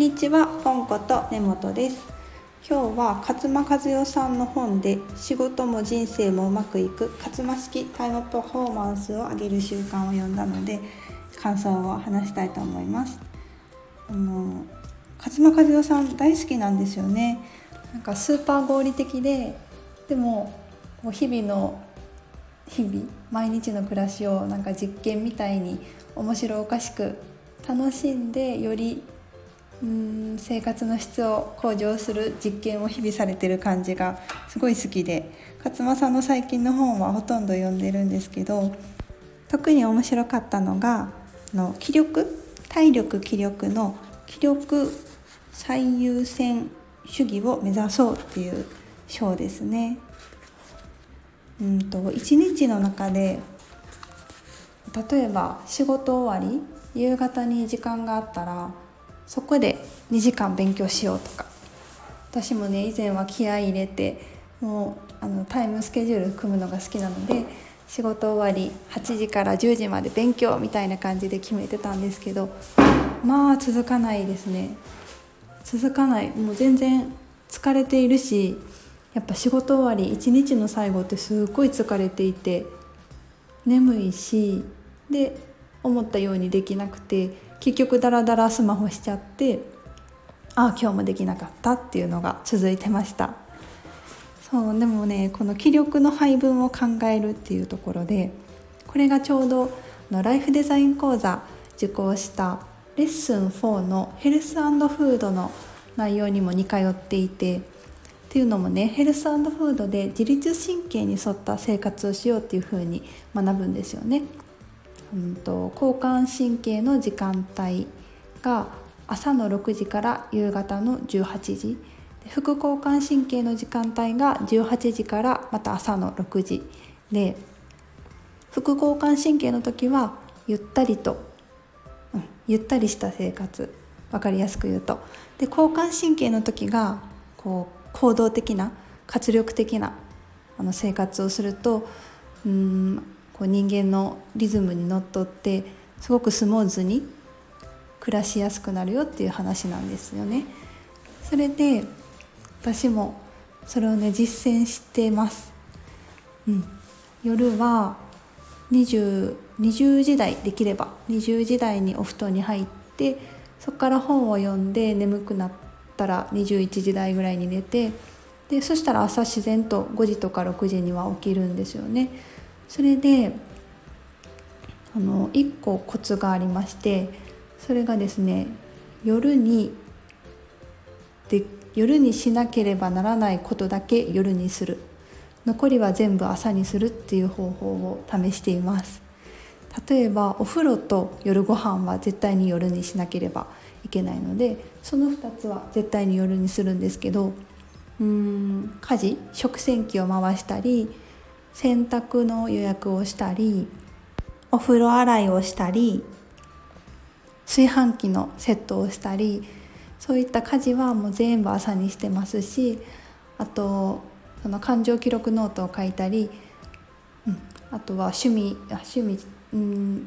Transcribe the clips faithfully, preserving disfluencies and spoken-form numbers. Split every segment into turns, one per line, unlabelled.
にちは、ポンこと根本です。今日は勝間和代さんの本で仕事も人生もうまくいく勝間式タイムパフォーマンスを上げる習慣を読んだので、感想を話したいと思います。あの勝間和代さん大好きなんですよね。なんかスーパー合理的で、でも日々の日々毎日の暮らしをなんか実験みたいに面白おかしく楽しんで、よりうーん生活の質を向上する実験を日々されてる感じがすごい好きで、勝間さんの最近の本はほとんど読んでるんですけど、特に面白かったのがの気力体力気力の気力最優先主義を目指そうっていう章ですね。うんと一日の中で、例えば仕事終わり夕方に時間があったらそこでにじかん勉強しようとか、私もね以前は気合い入れてもうあのタイムスケジュール組むのが好きなので、仕事終わりはちじからじゅうじまで勉強みたいな感じで決めてたんですけど、まあ続かないですね。続かない。もう全然疲れているし、やっぱ仕事終わり一日の最後ってすごい疲れていて眠いし、で思ったようにできなくて結局ダラダラスマホしちゃって、ああ今日もできなかったっていうのが続いてました。そうでもね、この気力の配分を考えるっていうところで、これがちょうどのライフデザイン講座受講したレッスンフォーのヘルス&フードの内容にも似通っていて、っていうのもね、ヘルス&フードで自律神経に沿った生活をしようっていう風に学ぶんですよね。うんと交感神経の時間帯が朝のろくじから夕方のじゅうはちじ、副交感神経の時間帯がじゅうはちじからまた朝のろくじで、副交感神経の時はゆったりと、うん、ゆったりした生活、わかりやすく言うと、で交感神経の時がこう行動的な活力的なあの生活をすると、うーんこう人間のリズムにのっとってすごくスムーズに暮らしやすくなるよっていう話なんですよね。それで私もそれをね実践してます、うん、夜はにじゅう、にじゅうじ台できればにじゅうじ台にお布団に入って、そこから本を読んで眠くなったらにじゅういちじ台ぐらいに寝て、でそしたら朝自然とごじとかろくじには起きるんですよね。それであのいっこコツがありまして、それがですね、夜にで夜にしなければならないことだけ夜にする、残りは全部朝にするっていう方法を試しています。例えばお風呂と夜ご飯は絶対に夜にしなければいけないので、そのふたつは絶対に夜にするんですけど、うーん家事食洗機を回したり、洗濯の予約をしたり、お風呂洗いをしたり、炊飯器のセットをしたり、そういった家事はもう全部朝にしてますし、あとその感情記録ノートを書いたり、うん、あとは趣味あ趣味、うん、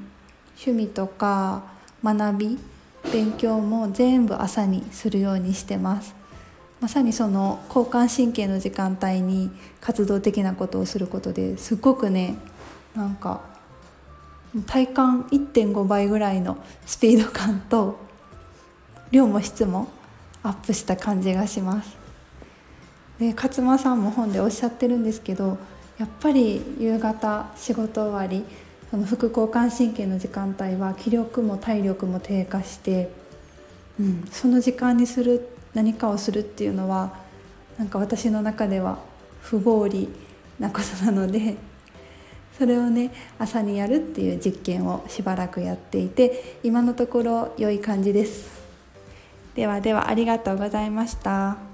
趣味とか学び勉強も全部朝にするようにしてます。まさにその交感神経の時間帯に活動的なことをすることですごくね、なんか体感 いってんご 倍ぐらいのスピード感と量も質もアップした感じがします。で勝間さんも本でおっしゃってるんですけど、やっぱり夕方仕事終わり、その副交感神経の時間帯は気力も体力も低下して、うん、その時間にする何かをするっていうのはなんか私の中では不合理なことなので、それをね朝にやるっていう実験をしばらくやっていて、今のところ良い感じです。ではではありがとうございました。